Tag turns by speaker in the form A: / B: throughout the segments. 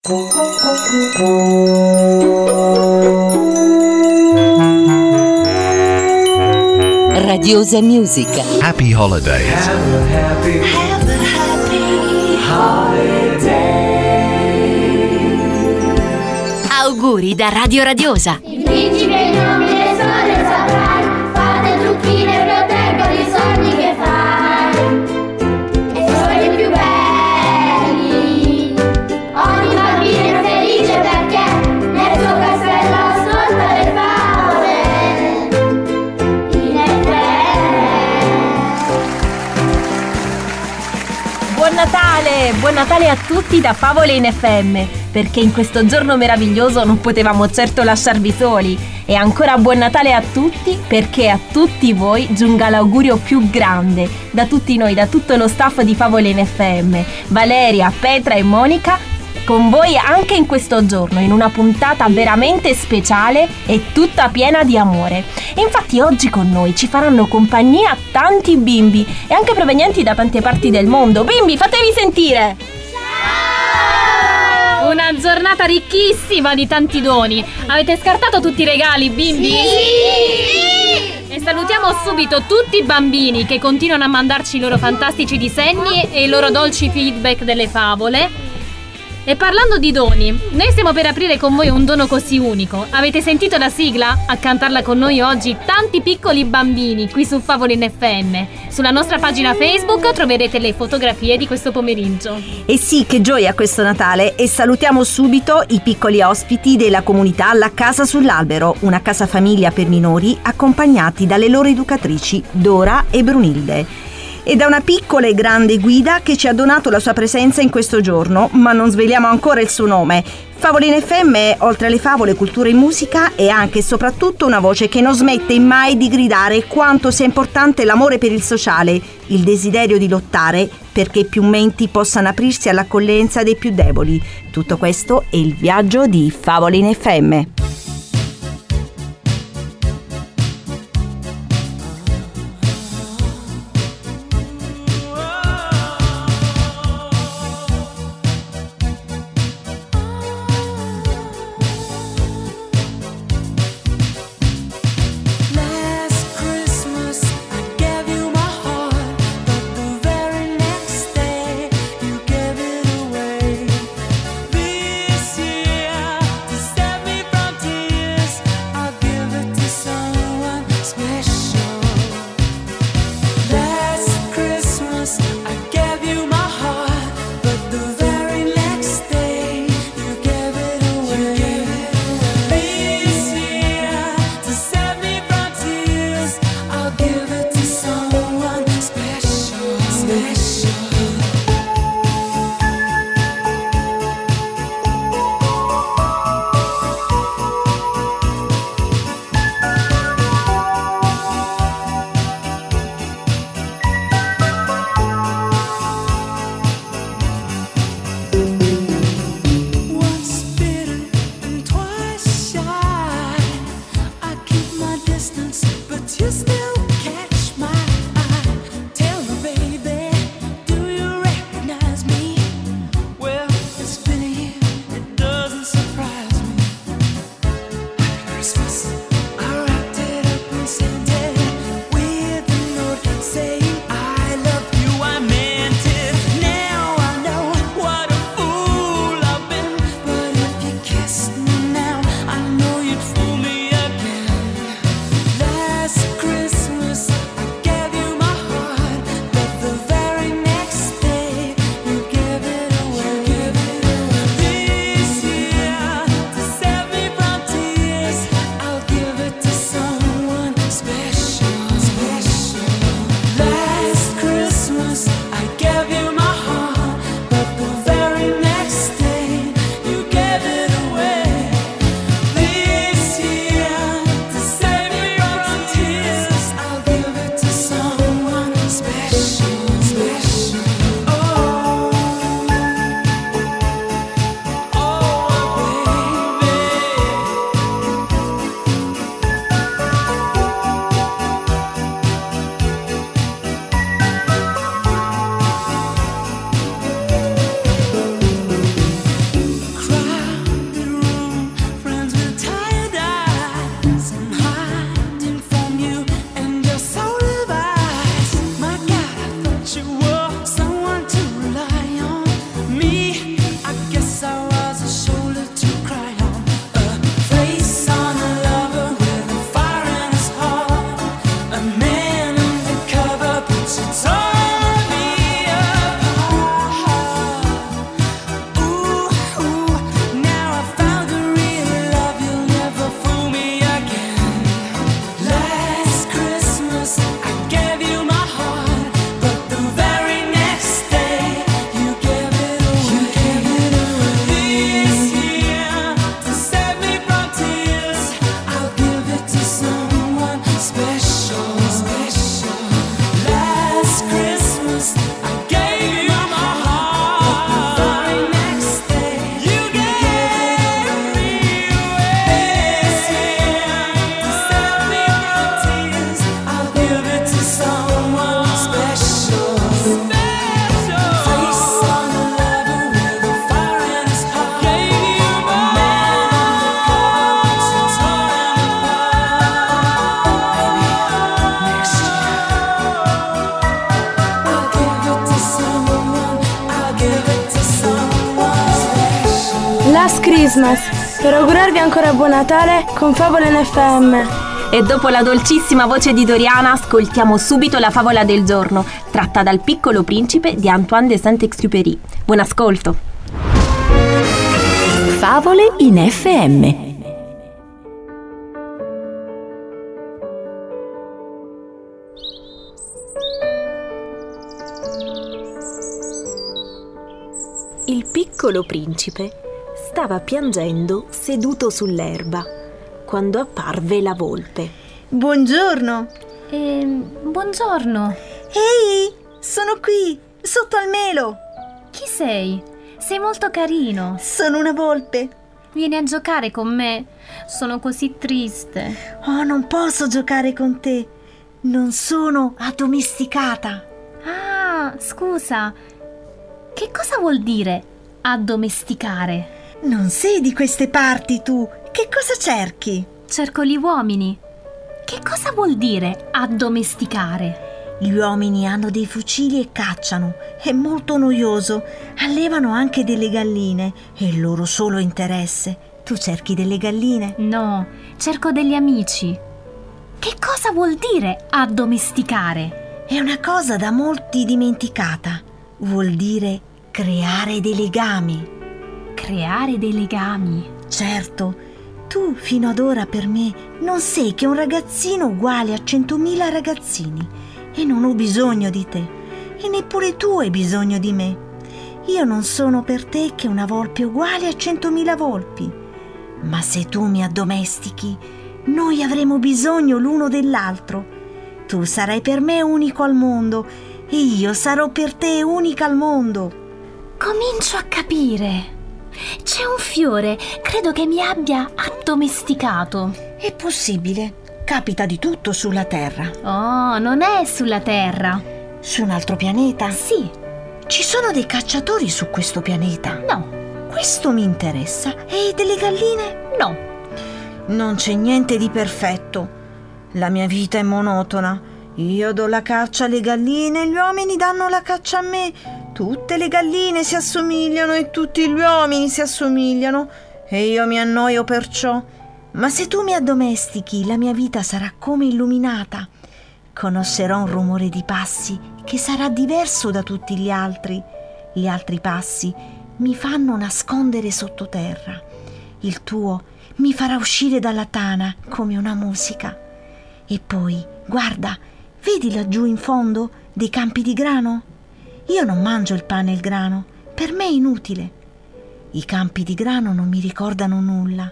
A: Radiosa Music.
B: Happy holidays.
A: Have a happy holiday. Auguri da Radio Radiosa.
C: Il principe in nomine sole saprai, fate trucchine e proteggo i sogni che fai. E sono i più belli. Ogni bambino è felice perché nel suo castello ascolta le favole. In
D: Buon Natale a tutti da Favole in FM, perché in questo giorno meraviglioso non potevamo certo lasciarvi soli. E ancora buon Natale a tutti, perché a tutti voi giunga l'augurio più grande da tutti noi, da tutto lo staff di Favole in FM, Valeria, Petra e Monica, con voi anche in questo giorno, in una puntata veramente speciale e tutta piena di amore. E infatti oggi con noi ci faranno compagnia tanti bimbi e anche provenienti da tante parti del mondo. Bimbi, fatevi sentire!
E: Ciao! Una giornata ricchissima di tanti doni. Avete scartato tutti i regali, bimbi? Sì! E salutiamo subito tutti i bambini che continuano a mandarci i loro fantastici disegni e i loro dolci feedback delle favole. E parlando di doni, noi stiamo per aprire con voi un dono così unico. Avete sentito la sigla? A cantarla con noi oggi tanti piccoli bambini qui su Favole in FM. Sulla nostra pagina Facebook troverete le fotografie di questo pomeriggio.
F: E sì, che gioia questo Natale! E salutiamo subito i piccoli ospiti della comunità La Casa sull'Albero, una casa famiglia per minori accompagnati dalle loro educatrici Dora e Brunilde. E da una piccola e grande guida che ci ha donato la sua presenza in questo giorno, ma non sveliamo ancora il suo nome. Favole in FM, oltre alle favole, cultura e musica, è anche e soprattutto una voce che non smette mai di gridare quanto sia importante l'amore per il sociale, il desiderio di lottare perché più menti possano aprirsi all'accoglienza dei più deboli. Tutto questo è il viaggio di Favole in FM.
G: This year, to set me from
B: Last Christmas, per augurarvi ancora buon Natale con Favole in FM.
D: E dopo la dolcissima voce di Doriana ascoltiamo subito la favola del giorno, tratta dal Piccolo Principe di Antoine de Saint-Exupéry. Buon ascolto.
A: Favole in FM.
G: Il piccolo principe stava piangendo seduto sull'erba quando apparve la volpe.
F: Buongiorno.
E: Buongiorno.
F: Ehi, sono qui, sotto al melo.
E: Chi sei? Sei molto carino.
F: Sono una volpe.
E: Vieni a giocare con me? Sono così triste.
F: Oh, non posso giocare con te. Non sono addomesticata.
E: Ah, scusa. Che cosa vuol dire addomesticare?
F: Non sei di queste parti tu. Che cosa cerchi?
E: Cerco gli uomini. Che cosa vuol dire addomesticare?
F: Gli uomini hanno dei fucili e cacciano. È molto noioso. Allevano anche delle galline. È il loro solo interesse. Tu cerchi delle galline?
E: No, cerco degli amici. Che cosa vuol dire addomesticare?
F: È una cosa da molti dimenticata. Vuol dire creare dei legami.
E: Creare dei legami.
F: Certo, tu fino ad ora per me non sei che un ragazzino uguale a 100.000 ragazzini e non ho bisogno di te e neppure tu hai bisogno di me. Io non sono per te che una volpe uguale a 100.000 volpi, ma se tu mi addomestichi noi avremo bisogno l'uno dell'altro. Tu sarai per me unico al mondo e io sarò per te unica al mondo.
E: Comincio a capire. C'è un fiore, credo che mi abbia addomesticato.
F: È possibile. Capita di tutto sulla Terra.
E: Oh, non è sulla Terra.
F: Su un altro pianeta?
E: Sì.
F: Ci sono dei cacciatori su questo pianeta?
E: No.
F: Questo mi interessa. E delle galline?
E: No.
F: Non c'è niente di perfetto. La mia vita è monotona. Io do la caccia alle galline e gli uomini danno la caccia a me. Tutte le galline si assomigliano e tutti gli uomini si assomigliano e io mi annoio perciò. Ma se tu mi addomestichi, la mia vita sarà come illuminata. Conoscerò un rumore di passi che sarà diverso da tutti gli altri. Gli altri passi mi fanno nascondere sottoterra. Il tuo mi farà uscire dalla tana come una musica. E poi, guarda, vedi laggiù in fondo dei campi di grano? Io non mangio il pane e il grano, per me è inutile. I campi di grano non mi ricordano nulla.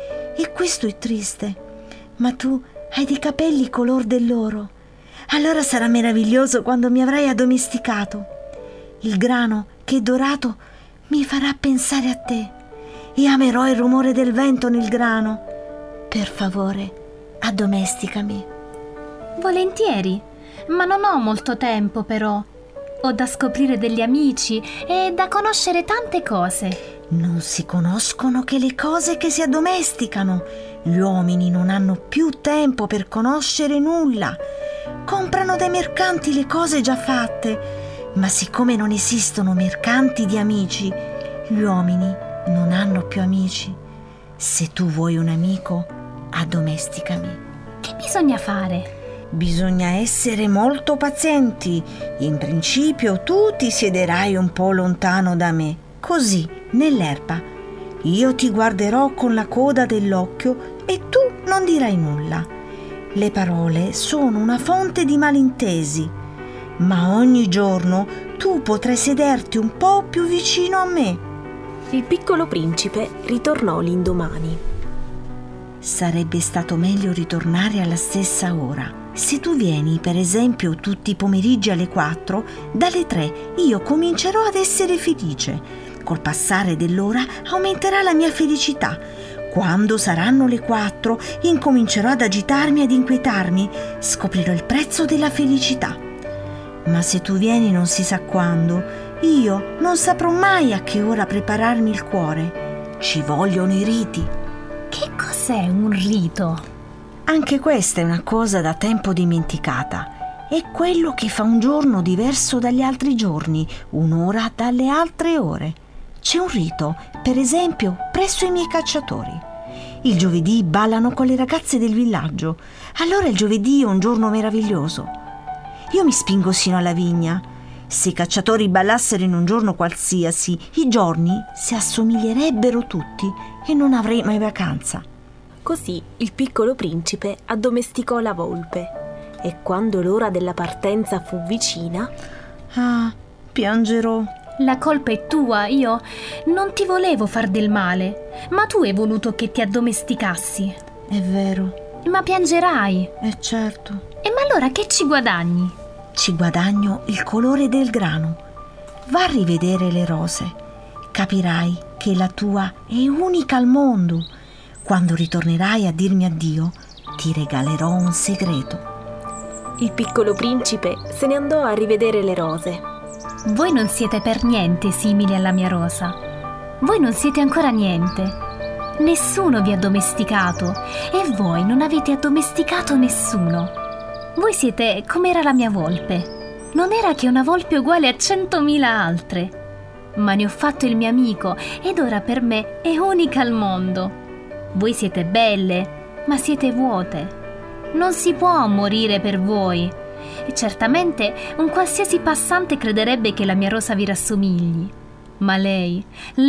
F: E questo è triste. Ma tu hai dei capelli color dell'oro. Allora sarà meraviglioso quando mi avrai addomesticato. Il grano che è dorato mi farà pensare a te e amerò il rumore del vento nel grano. Per favore, addomesticami.
E: Volentieri, ma non ho molto tempo però. Ho da scoprire degli amici e da conoscere tante cose.
F: Non si conoscono che le cose che si addomesticano. Gli uomini non hanno più tempo per conoscere nulla. Comprano dai mercanti le cose già fatte. Ma siccome non esistono mercanti di amici, gli uomini non hanno più amici. Se tu vuoi un amico, addomesticami.
E: Che bisogna fare?
F: Bisogna essere molto pazienti. In principio tu ti siederai un po' lontano da me, così, nell'erba. Io ti guarderò con la coda dell'occhio e tu non dirai nulla. Le parole sono una fonte di malintesi, ma ogni giorno tu potrai sederti un po' più vicino a me.
G: Il piccolo principe ritornò l'indomani.
F: Sarebbe stato meglio ritornare alla stessa ora. Se tu vieni, per esempio, tutti i pomeriggi alle 4, dalle 3 io comincerò ad essere felice. Col passare dell'ora aumenterà la mia felicità. Quando saranno le 4, incomincerò ad agitarmi e ad inquietarmi. Scoprirò il prezzo della felicità. Ma se tu vieni non si sa quando, io non saprò mai a che ora prepararmi il cuore. Ci vogliono i riti.
E: Che cos'è un rito?
F: Anche questa è una cosa da tempo dimenticata. È quello che fa un giorno diverso dagli altri giorni, un'ora dalle altre ore. c'è un rito, per esempio, presso i miei cacciatori. Il giovedì ballano con le ragazze del villaggio. Allora il giovedì è un giorno meraviglioso. Io mi spingo sino alla vigna. Se i cacciatori ballassero in un giorno qualsiasi, i giorni si assomiglierebbero tutti e non avrei mai vacanza.
G: Così il piccolo principe addomesticò la volpe e quando l'ora della partenza fu vicina...
F: Ah, piangerò.
E: La colpa è tua, io non ti volevo far del male, ma tu hai voluto che ti addomesticassi.
F: È vero.
E: Ma piangerai.
F: Certo.
E: E ma allora che ci guadagni?
F: Ci guadagno il colore del grano. Va a rivedere le rose. Capirai che la tua è unica al mondo. Quando ritornerai a dirmi addio, ti regalerò un segreto.
G: Il piccolo principe se ne andò a rivedere le rose.
E: Voi non siete per niente simili alla mia rosa. Voi non siete ancora niente. Nessuno vi ha addomesticato e voi non avete addomesticato nessuno. Voi siete come era la mia volpe. Non era che una volpe uguale a 100.000 altre. Ma ne ho fatto il mio amico ed ora per me è unica al mondo. Voi siete belle, ma siete vuote. Non si può morire per voi. E certamente un qualsiasi passante crederebbe che la mia rosa vi rassomigli. Ma lei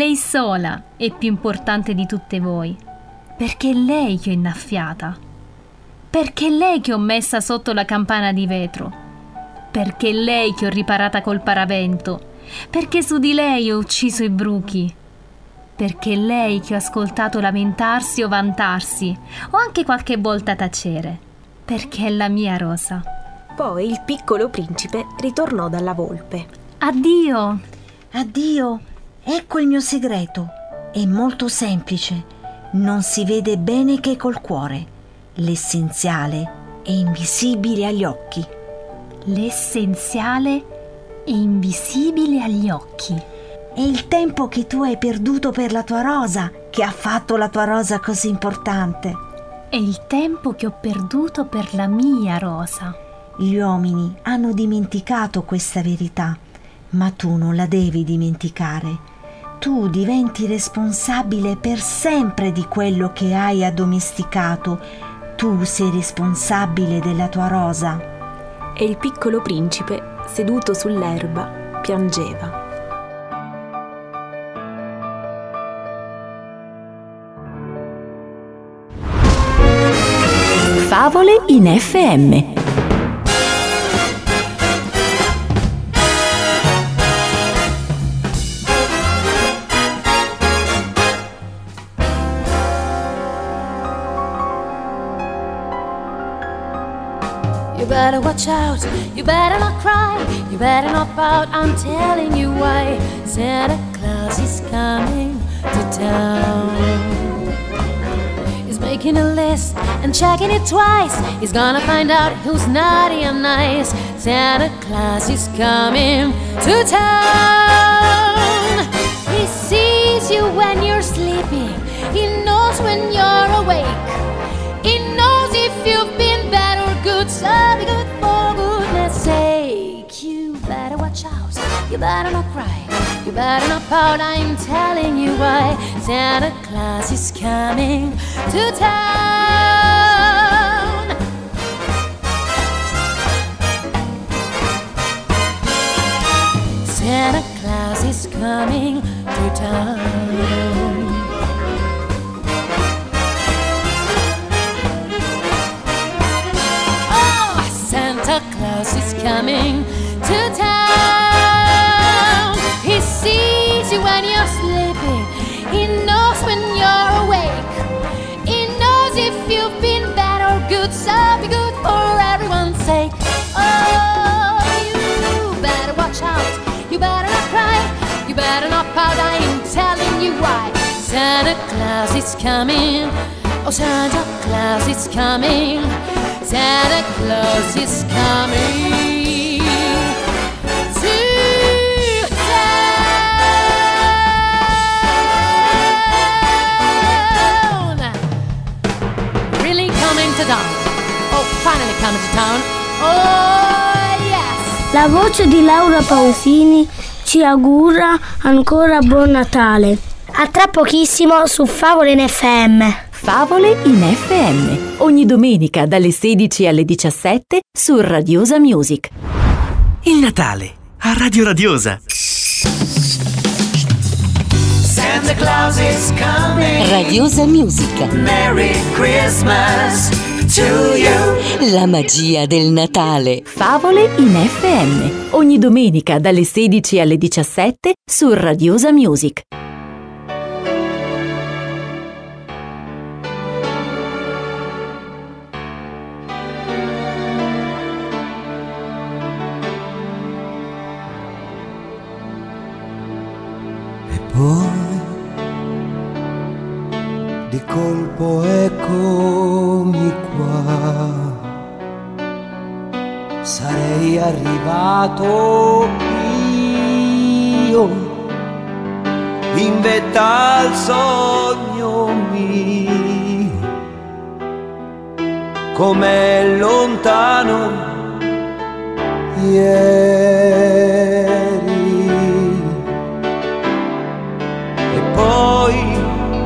E: sola è più importante di tutte voi. Perché è lei che ho innaffiata. Perché è lei che ho messa sotto la campana di vetro. Perché è lei che ho riparata col paravento. Perché su di lei ho ucciso i bruchi. Perché è lei che ho ascoltato lamentarsi o vantarsi, o anche qualche volta tacere. Perché è la mia rosa.
G: Poi il piccolo principe ritornò dalla volpe.
E: Addio!
F: Addio! Ecco il mio segreto. È molto semplice. Non si vede bene che col cuore. L'essenziale è invisibile agli occhi.
E: L'essenziale è invisibile agli occhi.
F: È il tempo che tu hai perduto per la tua rosa che ha fatto la tua rosa così importante.
E: È il tempo che ho perduto per la mia rosa.
F: Gli uomini hanno dimenticato questa verità, ma tu non la devi dimenticare. Tu diventi responsabile per sempre di quello che hai addomesticato. Tu sei responsabile della tua rosa.
G: E il piccolo principe, seduto sull'erba, piangeva.
A: Favole in FM.
H: You better watch out, you better not cry, you better not pout, I'm telling you why. Santa Claus is coming to town. He's making a list and checking it twice. He's gonna find out who's naughty and nice. Santa Claus is coming to town. He sees you when you're sleeping, he knows when you're awake. He knows if you've been bad or good, so be good for goodness sake. You better watch out, you better not cry, you better not pout, I'm telling you why. Santa Claus is coming to town. Santa Claus is coming to town. Santa Claus is coming to town. He sees you when you're sleeping, he knows when you're awake. He knows if you've been bad or good, so be good for everyone's sake. Oh, you better watch out, you better not cry, you better not pout, I am telling you why. Santa Claus is coming, oh Santa Claus is coming. Santa Claus is coming to town. Really coming to town. Oh, finally coming to town. Oh, yes.
I: La voce di Laura Pausini ci augura ancora buon Natale. A tra pochissimo su Favole in FM.
A: Favole in FM, ogni domenica dalle 16 alle 17 su Radiosa Music.
J: Il Natale a Radio Radiosa.
K: Santa Claus is coming.
A: Radiosa Music.
K: Merry Christmas to you.
A: La magia del Natale. Favole in FM, ogni domenica dalle 16 alle 17 su Radiosa Music.
L: Poi di colpo eccomi qua, sarei arrivato io in vetta al sogno mio, com'è lontano ieri. Poi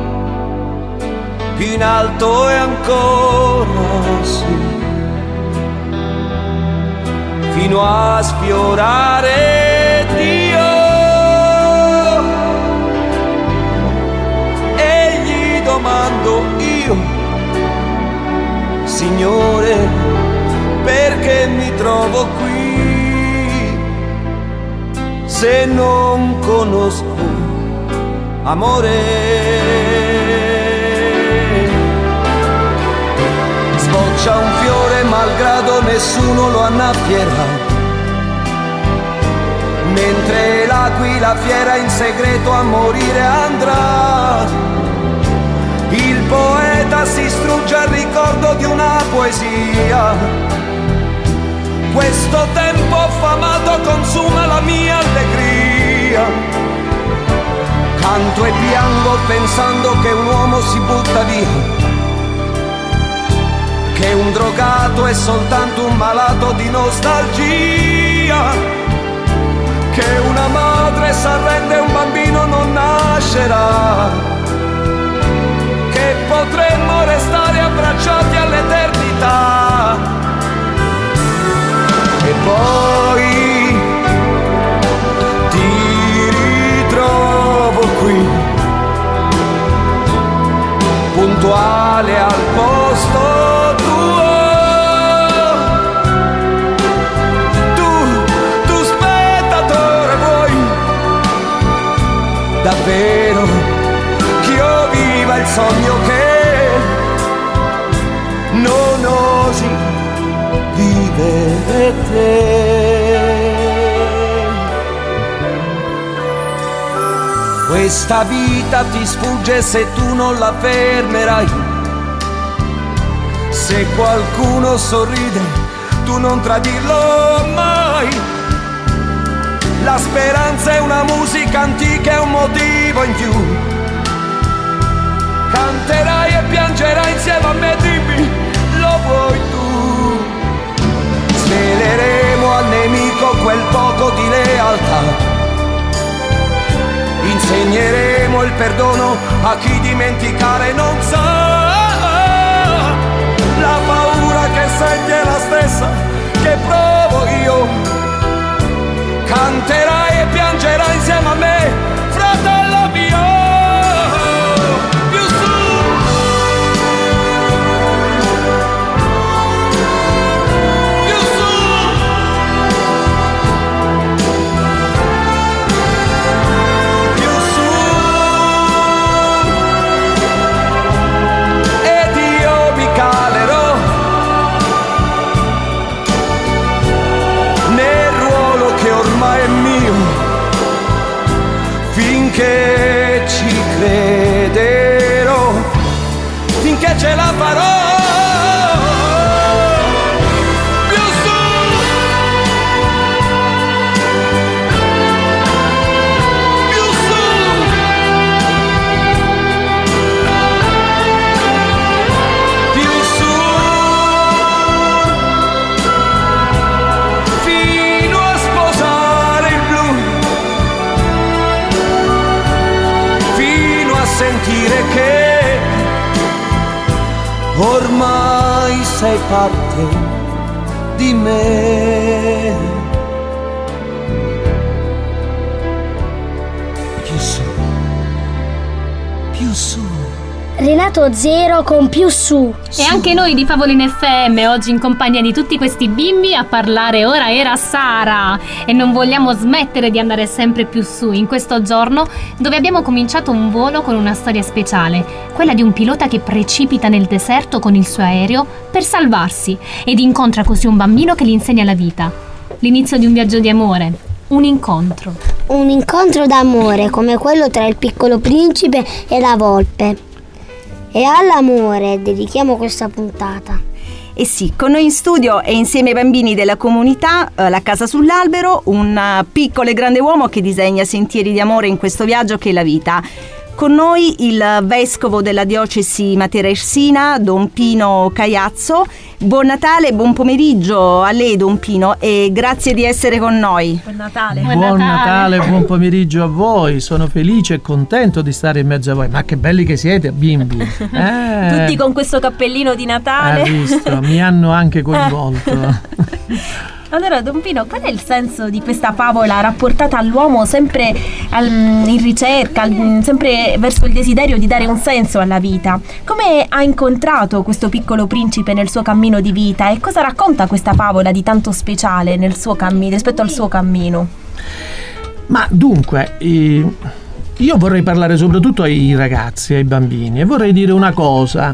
L: più in alto e ancora su, fino a sfiorare Dio, e gli domando io, Signore, perché mi trovo qui se non conosco amore. Sboccia un fiore malgrado nessuno lo annaffierà, mentre l'aquila fiera in segreto a morire andrà. Il poeta si strugge al ricordo di una poesia, questo tempo affamato consuma la mia allegria. Canto e piango pensando che un uomo si butta via, che un drogato è soltanto un malato di nostalgia, che una madre s'arrende e un bambino non nascerà, che potremmo restare abbracciati all'eternità. E poi qui, puntuale al posto tuo, tu spettatore vuoi davvero che io viva il sogno che non osi vivere te. Questa vita ti sfugge se tu non la fermerai. Se qualcuno sorride, tu non tradirlo mai. La speranza è una musica antica, è un motivo in più. Canterai e piangerai insieme a me, dimmi, lo vuoi tu? Sveleremo al nemico quel poco di lealtà, insegneremo il perdono a chi dimenticare non sa. La paura che senti è la stessa che provo io. Canterai e piangerai insieme a me, fratello mio. Più su, più su, ormai è mio, finché ci crederò, finché ce la farò. Più su, più su, più su, fino a sposare il blu dire che ormai sei parte di me. Più su.
I: Renato Zero con più su.
E: E anche noi di Favole in FM, oggi in compagnia di tutti questi bimbi a parlare Ora era Sara. E non vogliamo smettere di andare sempre più su in questo giorno dove abbiamo cominciato un volo con una storia speciale, quella di un pilota che precipita nel deserto con il suo aereo per salvarsi ed incontra così un bambino che gli insegna la vita. L'inizio di un viaggio di amore, un incontro.
I: Un incontro d'amore come quello tra il Piccolo Principe e la Volpe. E all'amore dedichiamo questa puntata.
F: E sì, con noi in studio e insieme ai bambini della comunità La Casa sull'Albero, un piccolo e grande uomo che disegna sentieri di amore in questo viaggio che è la vita. Con noi il vescovo della diocesi Matera-Irsina, Don Pino Caiazzo. Buon Natale, buon pomeriggio a lei, Don Pino, e grazie di essere con noi.
G: Buon Natale.
M: Buon Natale, buon pomeriggio a voi. Sono felice e contento di stare in mezzo a voi. Ma che belli che siete, bimbi.
G: Tutti con questo cappellino di Natale.
M: Hai visto, mi hanno anche coinvolto.
G: Allora, Don Pino, qual è il senso di questa favola rapportata all'uomo sempre in ricerca, sempre verso il desiderio di dare un senso alla vita? Come ha incontrato questo piccolo principe nel suo cammino di vita e cosa racconta questa favola di tanto speciale nel suo cammino, rispetto al suo cammino?
M: Ma dunque, io vorrei parlare soprattutto ai ragazzi, ai bambini, e vorrei dire una cosa.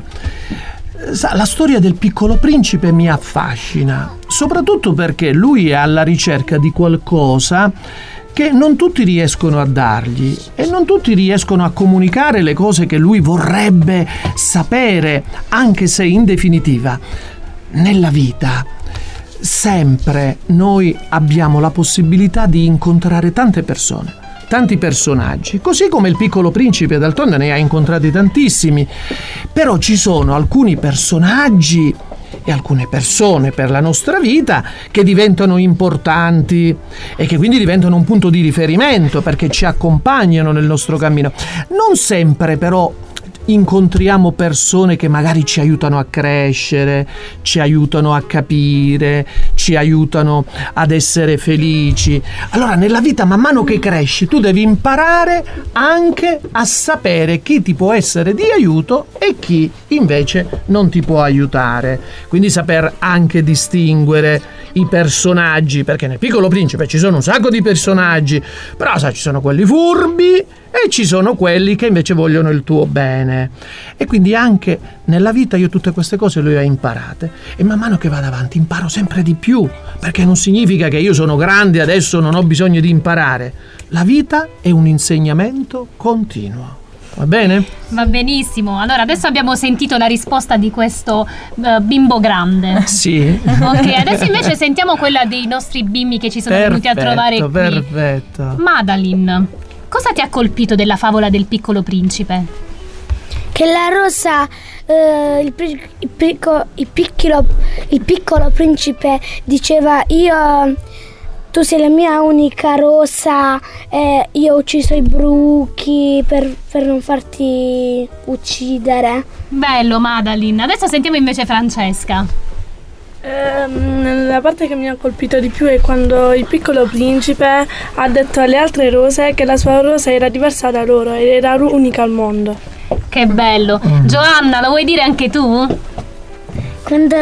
M: La storia del Piccolo Principe mi affascina, soprattutto perché lui è alla ricerca di qualcosa che non tutti riescono a dargli e non tutti riescono a comunicare le cose che lui vorrebbe sapere, anche se in definitiva nella vita sempre noi abbiamo la possibilità di incontrare tante persone, tanti personaggi, così come il Piccolo Principe d'altronde ne ha incontrati tantissimi, però ci sono alcuni personaggi e alcune persone per la nostra vita che diventano importanti e che quindi diventano un punto di riferimento perché ci accompagnano nel nostro cammino. Non sempre però incontriamo persone che magari ci aiutano a crescere, ci aiutano a capire, ci aiutano ad essere felici. Allora nella vita, man mano che cresci, tu devi imparare anche a sapere chi ti può essere di aiuto e chi invece non ti può aiutare. Quindi saper anche distinguere i personaggi, perché nel Piccolo Principe ci sono un sacco di personaggi, però sai, ci sono quelli furbi e ci sono quelli che invece vogliono il tuo bene. E quindi anche nella vita io tutte queste cose le ho imparate e man mano che vado avanti imparo sempre di più, perché non significa che io sono grande e adesso non ho bisogno di imparare. La vita è un insegnamento continuo. Va bene?
E: Va benissimo. Allora adesso abbiamo sentito la risposta di questo bimbo grande.
M: Sì.
E: Ok, adesso invece sentiamo quella dei nostri bimbi che ci sono venuti a trovare qui.
M: Perfetto.
E: Madeline, cosa ti ha colpito della favola del Piccolo Principe?
I: Che la rosa, il piccolo principe diceva: tu sei la mia unica rosa, io ho ucciso i bruchi per non farti uccidere.
E: Bello, Madeline. Adesso sentiamo invece Francesca.
B: La parte che mi ha colpito di più è quando il Piccolo Principe ha detto alle altre rose che la sua rosa era diversa da loro ed era unica al mondo.
E: Che bello. Giovanna, lo vuoi dire anche tu?
I: Quando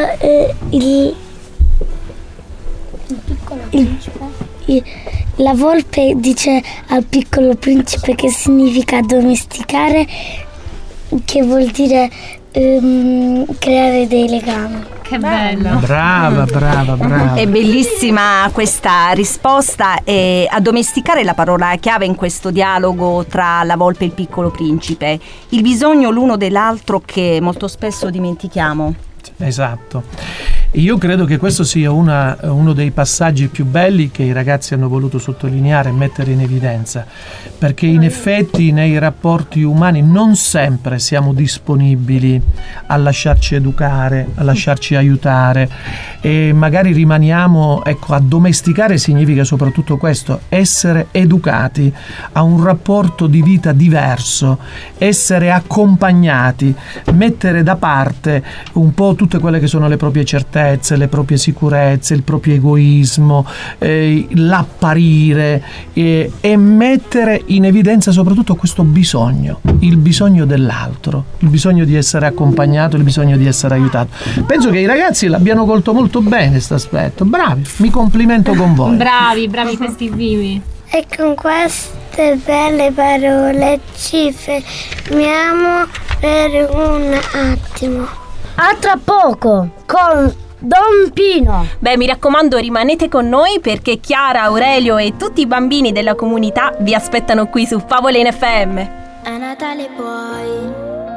I: la volpe dice al Piccolo Principe che significa addomesticare, che vuol dire creare dei legami.
E: Che bello.
M: Brava.
F: È bellissima questa risposta, e addomesticare la parola chiave in questo dialogo tra la volpe e il Piccolo Principe, il bisogno l'uno dell'altro che molto spesso dimentichiamo.
M: Esatto. Io credo che questo sia uno dei passaggi più belli che i ragazzi hanno voluto sottolineare e mettere in evidenza, perché in effetti nei rapporti umani non sempre siamo disponibili a lasciarci educare, a lasciarci aiutare, e magari rimaniamo, ecco, addomesticare significa soprattutto questo, essere educati a un rapporto di vita diverso, essere accompagnati, mettere da parte un po' tutte quelle che sono le proprie certezze, le proprie sicurezze, il proprio egoismo, l'apparire, e mettere in evidenza soprattutto questo bisogno, il bisogno dell'altro, il bisogno di essere accompagnato, il bisogno di essere aiutato. Penso che i ragazzi l'abbiano colto molto bene questo aspetto, bravi, mi complimento con voi.
E: Bravi questi vivi.
I: E con queste belle parole ci fermiamo per un attimo.
N: A tra poco con Don Pino.
G: Beh, mi raccomando, rimanete con noi perché Chiara, Aurelio e tutti i bambini della comunità vi aspettano qui su Favole in FM.
C: A Natale puoi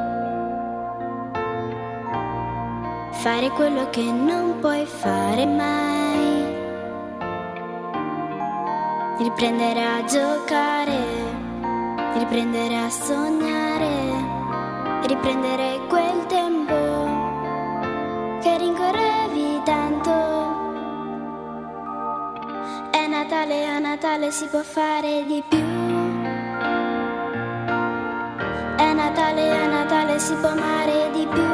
C: fare quello che non puoi fare mai, riprendere a giocare, riprendere a sognare, riprendere quel tempo che rincorrevi tanto. È Natale, a Natale si può fare di più. È Natale, a Natale si può amare di più.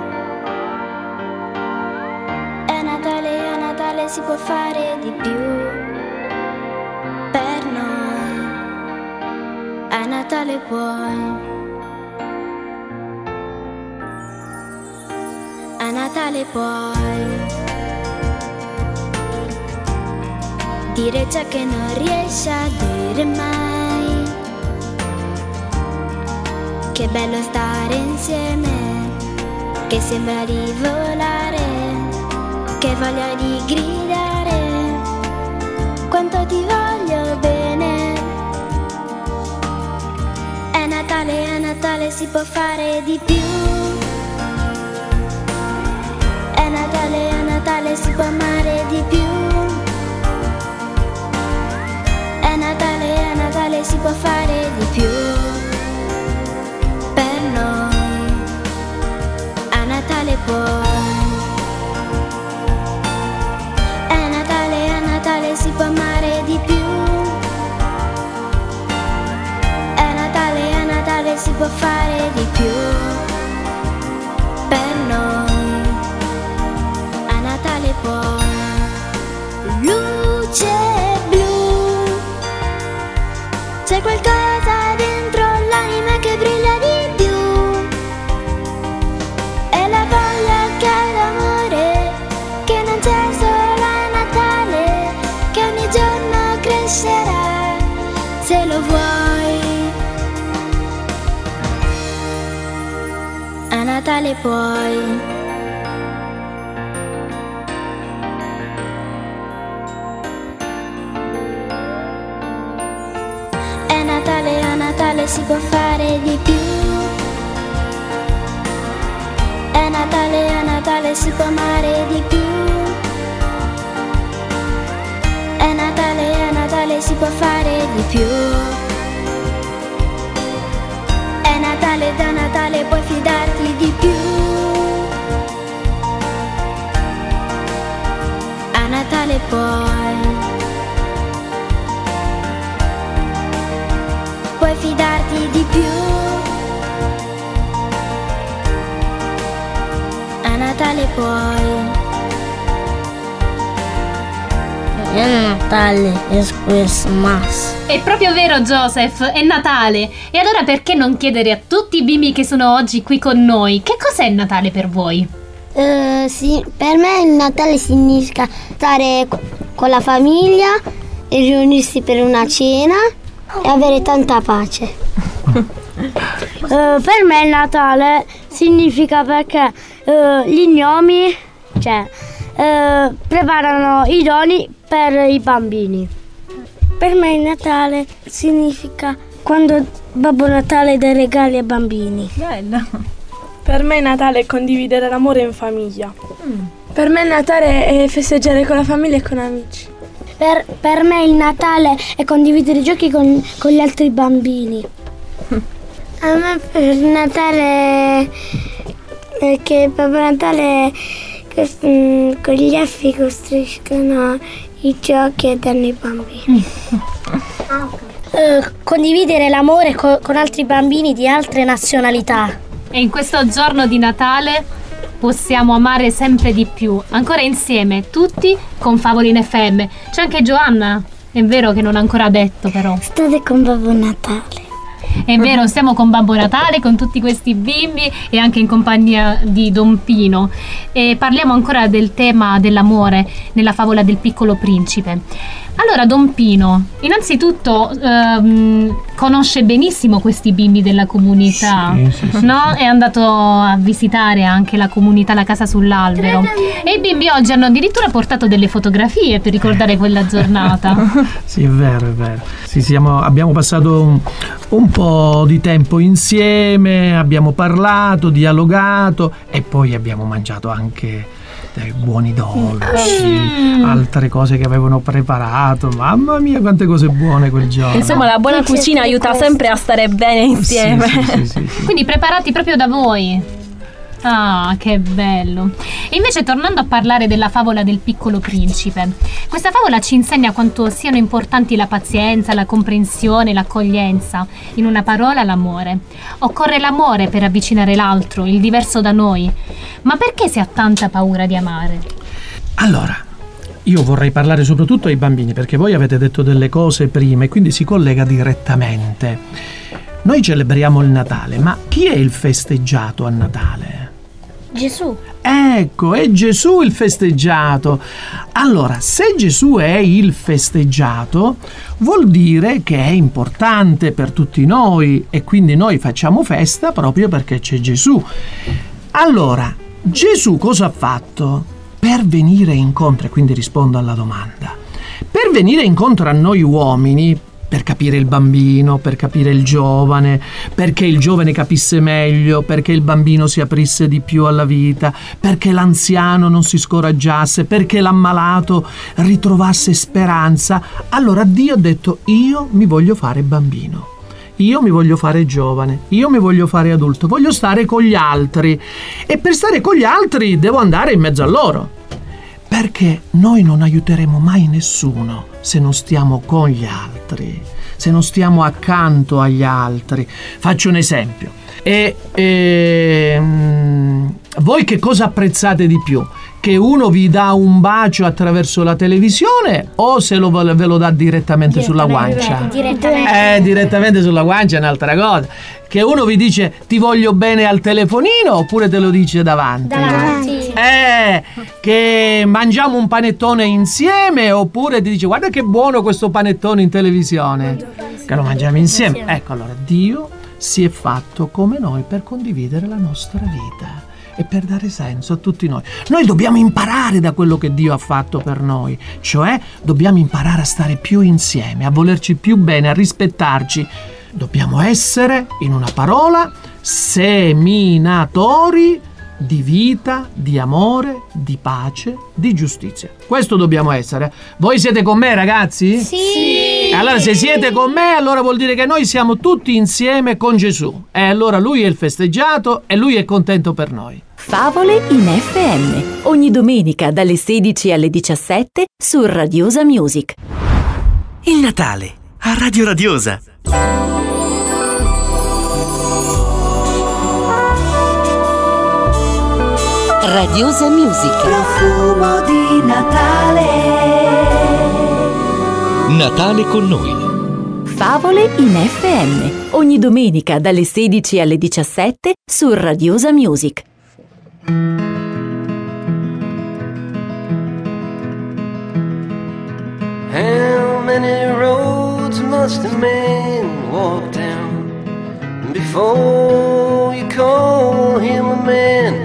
C: È Natale, a Natale si può fare di più. Per noi a Natale puoi. A Natale puoi dire ciò che non riesci a dire mai. Che bello stare insieme, che sembra di volare, che voglia di gridare quanto ti voglio bene. È Natale, a Natale si può fare di più. È Natale, a Natale si può amare di più. È Natale, a Natale si può fare di più. Per noi a Natale puoi. È Natale, a Natale si può amare di più. È Natale, a Natale si può fare di più. Per noi a Natale puoi. Luce blu, c'è qualcosa dentro l'anima che brilla di più. È la voglia che ha l'amore, che non c'è solo a Natale, che ogni giorno crescerà se lo vuoi. A Natale puoi. È Natale, a Natale si può fare di più. È Natale, a Natale si può amare di più. È Natale, a Natale si può fare di più. È Natale, da Natale puoi fidarti di più. A Natale puoi. Puoi fidarti di più. A Natale puoi.
N: È Natale, è Christmas.
E: È proprio vero, Joseph, è Natale. E allora perché non chiedere a tutti i bimbi che sono oggi qui con noi che cos'è il Natale per voi?
I: Sì, per me il Natale significa stare con la famiglia e riunirsi per una cena e avere tanta pace. Per me il Natale significa perché gli gnomi preparano i doni per i bambini. Per me il Natale significa quando Babbo Natale dà regali ai bambini.
G: Bello.
B: Per me Natale è condividere l'amore in famiglia. Per me il Natale è festeggiare con la famiglia e con amici.
I: Per me il Natale è condividere i giochi con gli altri bambini. A me il Natale è che Babbo Natale con gli elfi costruiscono i giochi e danno ai bambini. Condividere l'amore con altri bambini di altre nazionalità.
E: E in questo giorno di Natale possiamo amare sempre di più, ancora insieme, tutti con Favole in FM. C'è anche Giovanna, è vero che non ha ancora detto però.
I: State con Babbo Natale.
E: È vero, stiamo con Babbo Natale, con tutti questi bimbi e anche in compagnia di Don Pino. E parliamo ancora del tema dell'amore nella favola del Piccolo Principe. Allora, Don Pino, innanzitutto conosce benissimo questi bimbi della comunità, sì. No? È andato a visitare anche la comunità, la casa sull'albero. E i bimbi oggi hanno addirittura portato delle fotografie per ricordare quella giornata.
M: Sì, è vero, è vero. Sì, abbiamo passato un po' di tempo insieme, abbiamo parlato, dialogato e poi abbiamo mangiato anche dei buoni dolci, altre cose che avevano preparato. Mamma mia, quante cose buone quel giorno.
G: Insomma, la buona cucina aiuta sempre a stare bene insieme.
M: Sì.
E: Quindi preparati proprio da voi. Ah, che bello. E invece, tornando a parlare della favola del Piccolo Principe, questa favola ci insegna quanto siano importanti la pazienza, la comprensione, l'accoglienza. In una parola, l'amore. Occorre l'amore per avvicinare l'altro, il diverso da noi. Ma perché si ha tanta paura di amare?
M: Allora, io vorrei parlare soprattutto ai bambini, perché voi avete detto delle cose prima e quindi si collega direttamente. Noi celebriamo il Natale, ma chi è il festeggiato a Natale?
I: Gesù.
M: Ecco, è Gesù il festeggiato. Allora, se Gesù è il festeggiato, vuol dire che è importante per tutti noi e quindi noi facciamo festa proprio perché c'è Gesù. Allora, Gesù cosa ha fatto? Per venire incontro, e quindi rispondo alla domanda, per venire incontro a noi uomini, per capire il bambino, per capire il giovane, perché il giovane capisse meglio, perché il bambino si aprisse di più alla vita, perché l'anziano non si scoraggiasse, perché l'ammalato ritrovasse speranza. Allora Dio ha detto: io mi voglio fare bambino, io mi voglio fare giovane, io mi voglio fare adulto, voglio stare con gli altri e per stare con gli altri devo andare in mezzo a loro. Perché noi non aiuteremo mai nessuno se non stiamo con gli altri, se non stiamo accanto agli altri. Faccio un esempio. Voi che cosa apprezzate di più? Che uno vi dà un bacio attraverso la televisione o se ve lo dà direttamente sulla guancia? Direttamente sulla guancia è un'altra cosa. Che uno vi dice ti voglio bene al telefonino oppure te lo dice davanti? Che mangiamo un panettone insieme oppure ti dice guarda che buono questo panettone in televisione? Che lo mangiamo insieme. Ecco, allora Dio si è fatto come noi per condividere la nostra vita e per dare senso a tutti noi. Noi dobbiamo imparare da quello che Dio ha fatto per noi, cioè dobbiamo imparare a stare più insieme, a volerci più bene, a rispettarci. Dobbiamo essere, in una parola, seminatori di vita, di amore, di pace, di giustizia. Questo dobbiamo essere. Voi siete con me, ragazzi?
I: Sì!
M: Allora, se siete con me, allora vuol dire che noi siamo tutti insieme con Gesù. E allora Lui è il festeggiato e Lui è contento per noi.
A: Favole in FM. Ogni domenica dalle 16 alle 17 su Radiosa Music.
J: Il Natale a Radio Radiosa.
A: Radiosa Music.
K: Profumo di Natale.
J: Natale con noi.
A: Favole in FM. Ogni domenica dalle 16 alle 17 su Radiosa Music.
O: How many roads must a man walk down before you call him a man?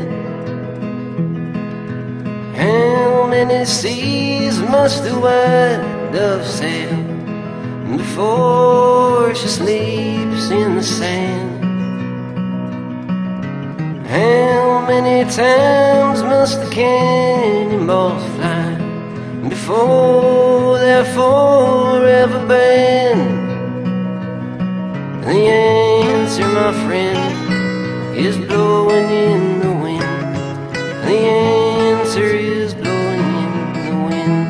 O: How many seas must the white dove sail before she sleeps in the sand? How many times must the cannonballs fly before they're forever banned? The answer, my friend, is blowing in the wind. The answer is blowing in the wind.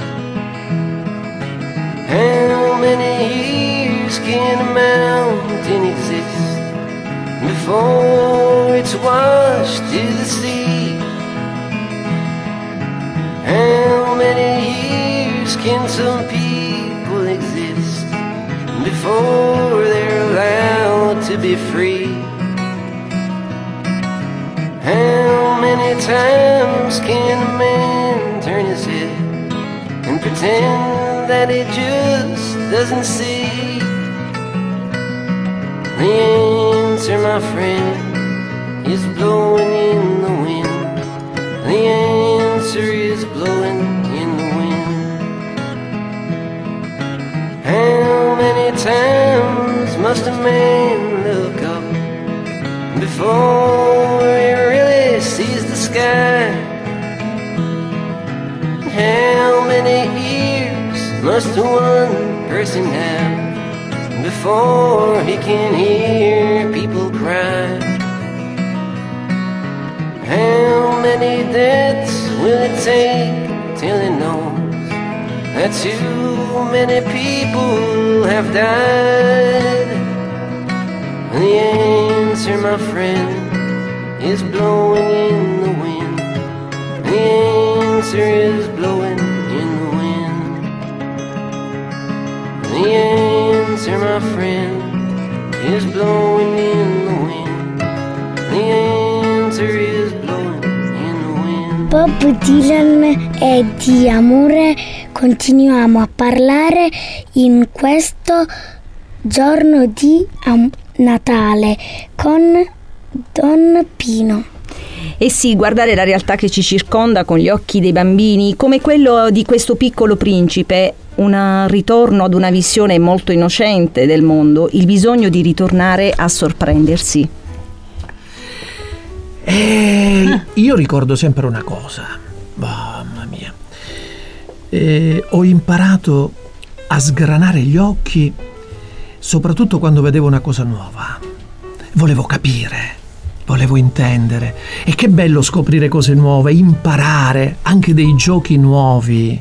O: How many years can a mountain exist before it's washed to the sea? How many years can some people exist before they're allowed to be free? How many times can a man turn his head and pretend that he just doesn't see? The answer, my friend, is blowing in the wind. The answer is blowing in the wind. How many times must a man look up before he really sees the sky? How many ears must one person have before he can hear people cry? How many deaths will it take till he knows that too many people have died? The answer, my friend, is blowing in the wind. The answer is blowing in the wind. The answer, my friend, is blowing in the wind. The answer is blowing in the wind.
I: Bob Dylan e di amore continuiamo a parlare in questo giorno di Natale con Don Pino.
F: E sì, guardare la realtà che ci circonda con gli occhi dei bambini, come quello di questo piccolo principe, un ritorno ad una visione molto innocente del mondo, il bisogno di ritornare a sorprendersi.
M: Io ricordo sempre una cosa, mamma mia, ho imparato a sgranare gli occhi soprattutto quando vedevo una cosa nuova. Volevo capire, volevo intendere, e che bello scoprire cose nuove, imparare anche dei giochi nuovi.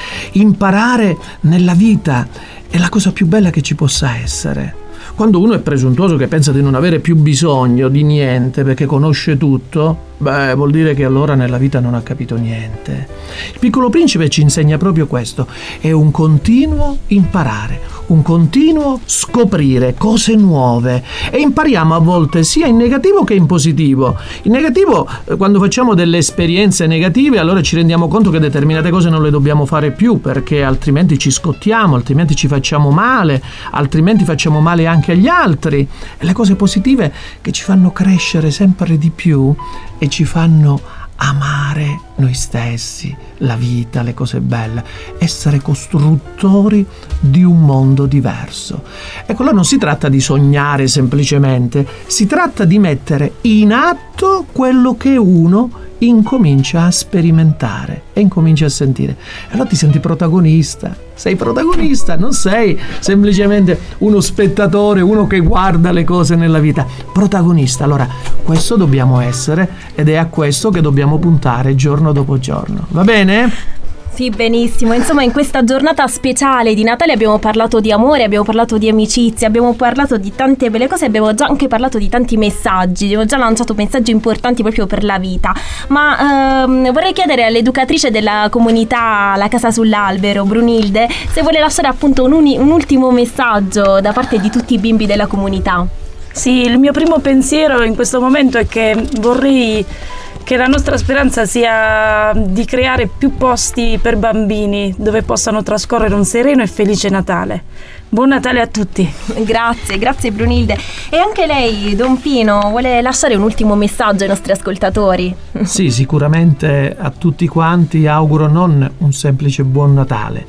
M: Imparare nella vita è la cosa più bella che ci possa essere. Quando uno è presuntuoso, che pensa di non avere più bisogno di niente perché conosce tutto, vuol dire che allora nella vita non ha capito niente. Il Piccolo Principe ci insegna proprio questo, è un continuo imparare, un continuo scoprire cose nuove, e impariamo a volte sia in negativo che in positivo. In negativo, quando facciamo delle esperienze negative, allora ci rendiamo conto che determinate cose non le dobbiamo fare più, perché altrimenti ci scottiamo, altrimenti ci facciamo male, altrimenti facciamo male anche agli altri. E le cose positive che ci fanno crescere sempre di più e ci fanno amare noi stessi, la vita, le cose belle, essere costruttori di un mondo diverso. Ecco, là non si tratta di sognare semplicemente, si tratta di mettere in atto quello che uno incomincia a sperimentare e incomincia a sentire. E allora ti senti protagonista, sei protagonista, non sei semplicemente uno spettatore, uno che guarda le cose nella vita. Protagonista, allora questo dobbiamo essere, ed è a questo che dobbiamo puntare giorno dopo giorno. Va bene?
G: Sì, benissimo. Insomma, in questa giornata speciale di Natale abbiamo parlato di amore, abbiamo parlato di amicizia, abbiamo parlato di tante belle cose, abbiamo già anche parlato di tanti messaggi, abbiamo già lanciato messaggi importanti proprio per la vita. Ma vorrei chiedere all'educatrice della comunità La Casa sull'Albero, Brunilde, se vuole lasciare appunto un ultimo messaggio da parte di tutti i bimbi della comunità.
B: Sì, il mio primo pensiero in questo momento è che vorrei che la nostra speranza sia di creare più posti per bambini dove possano trascorrere un sereno e felice Natale. Buon Natale a tutti.
G: Grazie Brunilde. E anche lei, Don Pino, vuole lasciare un ultimo messaggio ai nostri ascoltatori?
M: Sì, sicuramente a tutti quanti auguro non un semplice buon Natale.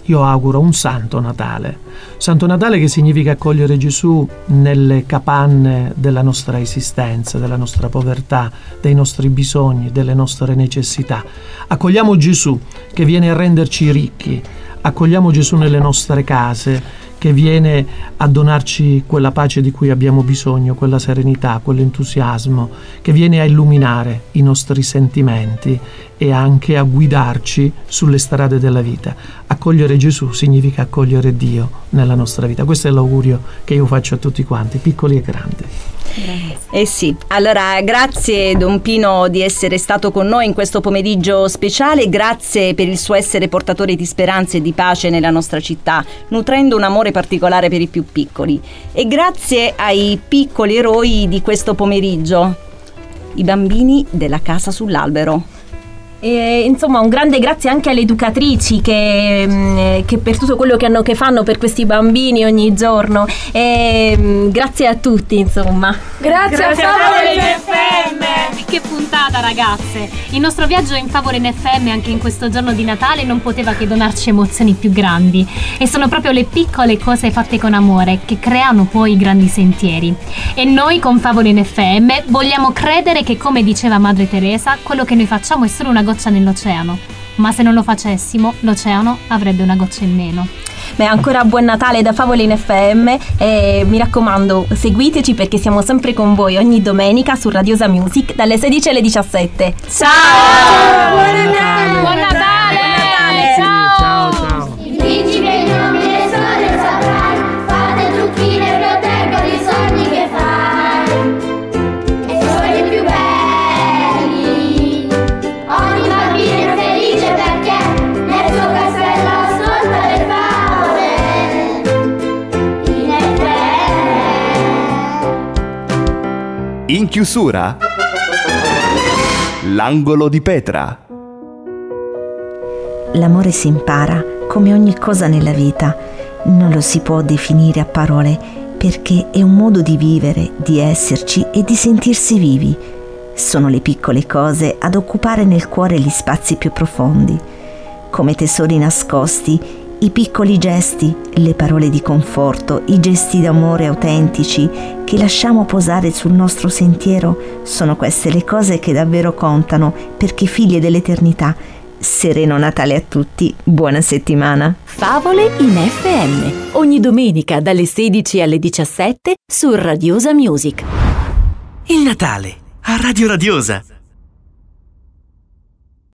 M: io auguro un Santo Natale. Santo Natale che significa accogliere Gesù nelle capanne della nostra esistenza, della nostra povertà, dei nostri bisogni, delle nostre necessità. Accogliamo Gesù che viene a renderci ricchi, accogliamo Gesù nelle nostre case, che viene a donarci quella pace di cui abbiamo bisogno, quella serenità, quell'entusiasmo, che viene a illuminare i nostri sentimenti e anche a guidarci sulle strade della vita. Accogliere Gesù significa accogliere Dio nella nostra vita. Questo è l'augurio che io faccio a tutti quanti, piccoli e grandi.
F: Eh sì, allora grazie Don Pino di essere stato con noi in questo pomeriggio speciale, grazie per il suo essere portatore di speranze e di pace nella nostra città, nutrendo un amore particolare per i più piccoli, e grazie ai piccoli eroi di questo pomeriggio, i bambini della Casa sull'Albero.
G: E, insomma, un grande grazie anche alle educatrici che per tutto quello che fanno per questi bambini ogni giorno, e grazie a tutti, insomma.
B: Grazie a Favole in FM.
E: Che puntata, ragazze! Il nostro viaggio in Favole in FM anche in questo giorno di Natale non poteva che donarci emozioni più grandi, e sono proprio le piccole cose fatte con amore che creano poi i grandi sentieri. E noi con Favole in FM vogliamo credere che, come diceva Madre Teresa, quello che noi facciamo è solo una goccia nell'oceano, ma se non lo facessimo l'oceano avrebbe una goccia in meno.
G: Beh, ancora buon Natale da Favole in FM, e mi raccomando, seguiteci perché siamo sempre con voi ogni domenica su Radiosa Music dalle 16 alle 17.
C: Ciao!
E: Buon Natale! Buon Natale! Ciao!
M: Ciao!
C: Il principe il nome e storia saprai, fate trucchine e proteggo i sogni che fai, e sono i più belli. Ogni bambino è felice perché nel suo castello ascolta le favole in FM.
P: In chiusura, l'angolo di Petra.
F: L'amore si impara come ogni cosa nella vita, non lo si può definire a parole perché è un modo di vivere, di esserci e di sentirsi vivi. Sono le piccole cose ad occupare nel cuore gli spazi più profondi. Come tesori nascosti, i piccoli gesti, le parole di conforto, i gesti d'amore autentici che lasciamo posare sul nostro sentiero, sono queste le cose che davvero contano perché figlie dell'eternità. Sereno Natale a tutti, buona settimana.
A: Favole in FM, ogni domenica dalle 16 alle 17 su Radiosa Music.
J: Il Natale a Radio Radiosa.